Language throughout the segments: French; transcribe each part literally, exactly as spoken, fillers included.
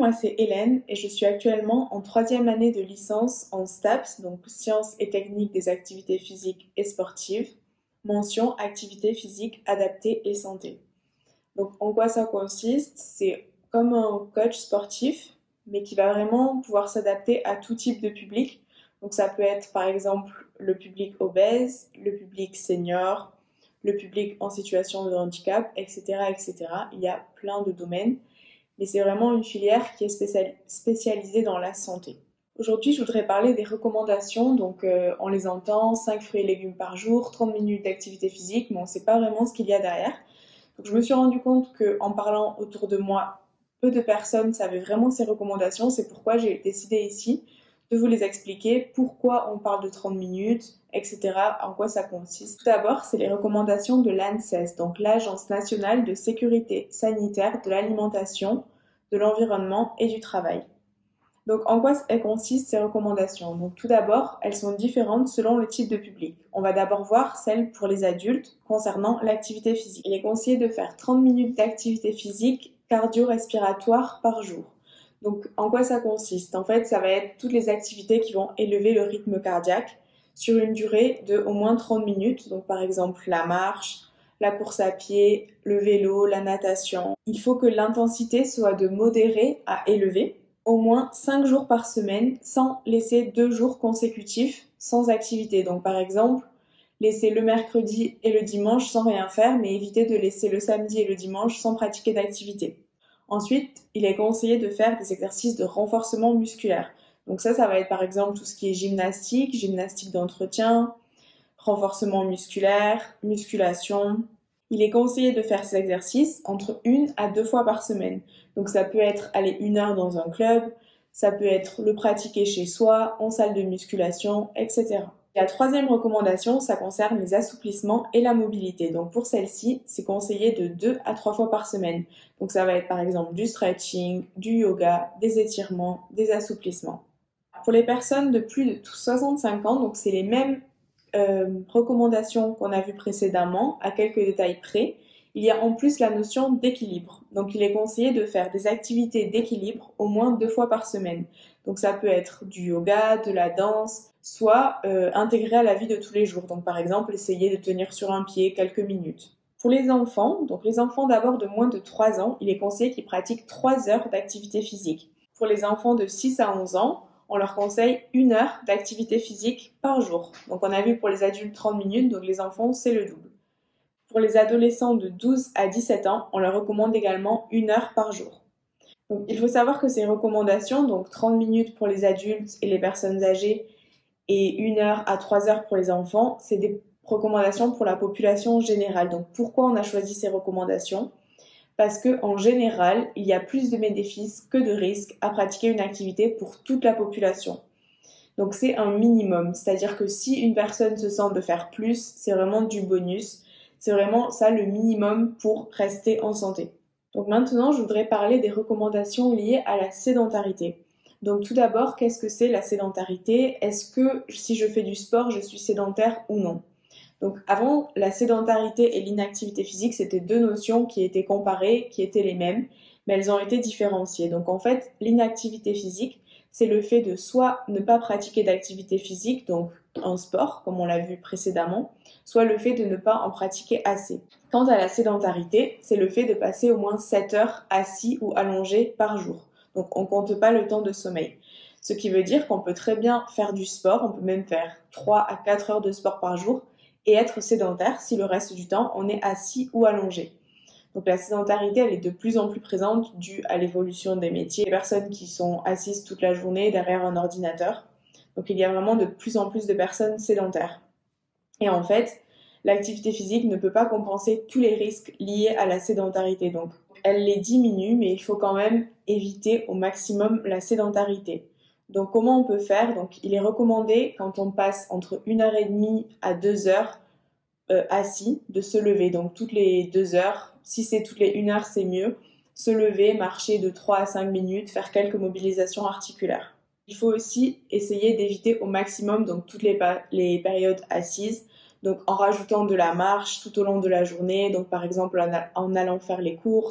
moi c'est Hélène et je suis actuellement en troisième année de licence en STAPS, donc Sciences et techniques des activités physiques et sportives, mention activités physiques adaptées et santé. Donc en quoi ça consiste? C'est comme un coach sportif, mais qui va vraiment pouvoir s'adapter à tout type de public. Donc ça peut être par exemple le public obèse, le public senior, le public en situation de handicap, et cetera, et cetera. Il y a plein de domaines. Mais c'est vraiment une filière qui est spécialisée dans la santé. Aujourd'hui, je voudrais parler des recommandations. Donc, euh, on les entend, cinq fruits et légumes par jour, trente minutes d'activité physique, mais on ne sait pas vraiment ce qu'il y a derrière. Donc, je me suis rendu compte qu'en parlant autour de moi, peu de personnes savaient vraiment ces recommandations. C'est pourquoi j'ai décidé ici de vous les expliquer, pourquoi on parle de trente minutes, et cetera, en quoi ça consiste. Tout d'abord, c'est les recommandations de l'ANSES, donc l'Agence nationale de sécurité sanitaire de l'alimentation, de l'environnement et du travail. Donc, en quoi elles consistent ces recommandations? Donc, tout d'abord, elles sont différentes selon le type de public. On va d'abord voir celles pour les adultes concernant l'activité physique. Il est conseillé de faire trente minutes d'activité physique cardio-respiratoire par jour. Donc, en quoi ça consiste? En fait, ça va être toutes les activités qui vont élever le rythme cardiaque sur une durée de au moins trente minutes. Donc, par exemple, la marche, la course à pied, le vélo, la natation. Il faut que l'intensité soit de modérée à élevée, au moins cinq jours par semaine, sans laisser deux jours consécutifs sans activité. Donc, par exemple, laisser le mercredi et le dimanche sans rien faire, mais éviter de laisser le samedi et le dimanche sans pratiquer d'activité. Ensuite, il est conseillé de faire des exercices de renforcement musculaire. Donc ça, ça va être par exemple tout ce qui est gymnastique, gymnastique d'entretien, renforcement musculaire, musculation. Il est conseillé de faire ces exercices entre une à deux fois par semaine. Donc ça peut être aller une heure dans un club, ça peut être le pratiquer chez soi, en salle de musculation, et cetera. La troisième recommandation, ça concerne les assouplissements et la mobilité. Donc pour celle-ci, c'est conseillé de deux à trois fois par semaine. Donc ça va être par exemple du stretching, du yoga, des étirements, des assouplissements. Pour les personnes de plus de soixante-cinq ans, donc c'est les mêmes euh, recommandations qu'on a vues précédemment, à quelques détails près. Il y a en plus la notion d'équilibre. Donc il est conseillé de faire des activités d'équilibre au moins deux fois par semaine. Donc ça peut être du yoga, de la danse, soit euh, intégré à la vie de tous les jours. Donc par exemple, essayer de tenir sur un pied quelques minutes. Pour les enfants, donc les enfants d'abord de moins de trois ans, il est conseillé qu'ils pratiquent trois heures d'activité physique. Pour les enfants de six à onze ans, on leur conseille une heure d'activité physique par jour. Donc on a vu pour les adultes trente minutes, donc les enfants c'est le double. Pour les adolescents de douze à dix-sept ans, on leur recommande également une heure par jour. Donc, il faut savoir que ces recommandations, donc trente minutes pour les adultes et les personnes âgées et une heure à trois heures pour les enfants, c'est des recommandations pour la population générale. Donc pourquoi on a choisi ces recommandations? Parce qu'en général, il y a plus de bénéfices que de risques à pratiquer une activité pour toute la population. Donc c'est un minimum, c'est-à-dire que si une personne se sent de faire plus, c'est vraiment du bonus. C'est vraiment ça le minimum pour rester en santé. Donc maintenant, je voudrais parler des recommandations liées à la sédentarité. Donc tout d'abord, qu'est-ce que c'est la sédentarité? Est-ce que si je fais du sport, je suis sédentaire ou non? Donc avant, la sédentarité et l'inactivité physique, c'était deux notions qui étaient comparées, qui étaient les mêmes, mais elles ont été différenciées. Donc en fait, l'inactivité physique, c'est le fait de soit ne pas pratiquer d'activité physique, donc un sport, comme on l'a vu précédemment, soit le fait de ne pas en pratiquer assez. Quant à la sédentarité, c'est le fait de passer au moins sept heures assis ou allongé par jour. Donc on ne compte pas le temps de sommeil. Ce qui veut dire qu'on peut très bien faire du sport, on peut même faire trois à quatre heures de sport par jour et être sédentaire si le reste du temps on est assis ou allongé. Donc la sédentarité, elle est de plus en plus présente due à l'évolution des métiers. Les personnes qui sont assises toute la journée derrière un ordinateur. Donc il y a vraiment de plus en plus de personnes sédentaires. Et en fait, l'activité physique ne peut pas compenser tous les risques liés à la sédentarité. Donc elle les diminue, mais il faut quand même éviter au maximum la sédentarité. Donc comment on peut faire? Donc il est recommandé quand on passe entre une heure et demie à deux heures euh, assis de se lever. Donc toutes les deux heures, si c'est toutes les une heure c'est mieux, se lever, marcher de trois à cinq minutes, faire quelques mobilisations articulaires. Il faut aussi essayer d'éviter au maximum donc toutes les, pa- les périodes assises, donc en rajoutant de la marche tout au long de la journée, donc par exemple en, a- en allant faire les courses,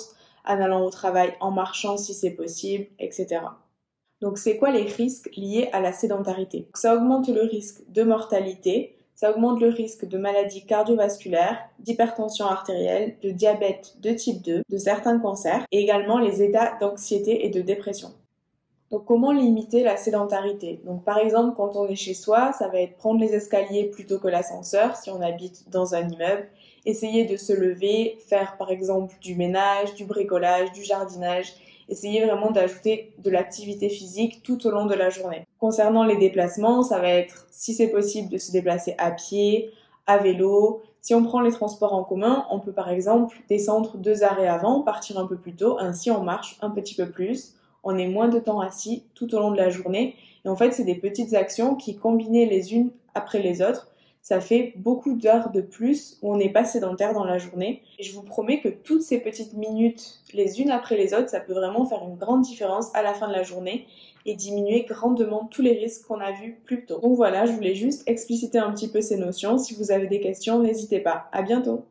en allant au travail, en marchant si c'est possible, et cetera. Donc c'est quoi les risques liés à la sédentarité? Ça augmente le risque de mortalité, ça augmente le risque de maladies cardiovasculaires, d'hypertension artérielle, de diabète de type deux, de certains cancers et également les états d'anxiété et de dépression. Donc comment limiter la sédentarité? Donc par exemple quand on est chez soi, ça va être prendre les escaliers plutôt que l'ascenseur si on habite dans un immeuble, essayer de se lever, faire par exemple du ménage, du bricolage, du jardinage, essayer vraiment d'ajouter de l'activité physique tout au long de la journée. Concernant les déplacements, ça va être si c'est possible de se déplacer à pied, à vélo. Si on prend les transports en commun, on peut par exemple descendre deux arrêts avant, partir un peu plus tôt, ainsi on marche un petit peu plus. On est moins de temps assis tout au long de la journée. Et en fait, c'est des petites actions qui, combinées les unes après les autres, ça fait beaucoup d'heures de plus où on n'est pas sédentaire dans la journée. Et je vous promets que toutes ces petites minutes, les unes après les autres, ça peut vraiment faire une grande différence à la fin de la journée et diminuer grandement tous les risques qu'on a vus plus tôt. Donc voilà, je voulais juste expliciter un petit peu ces notions. Si vous avez des questions, n'hésitez pas. À bientôt!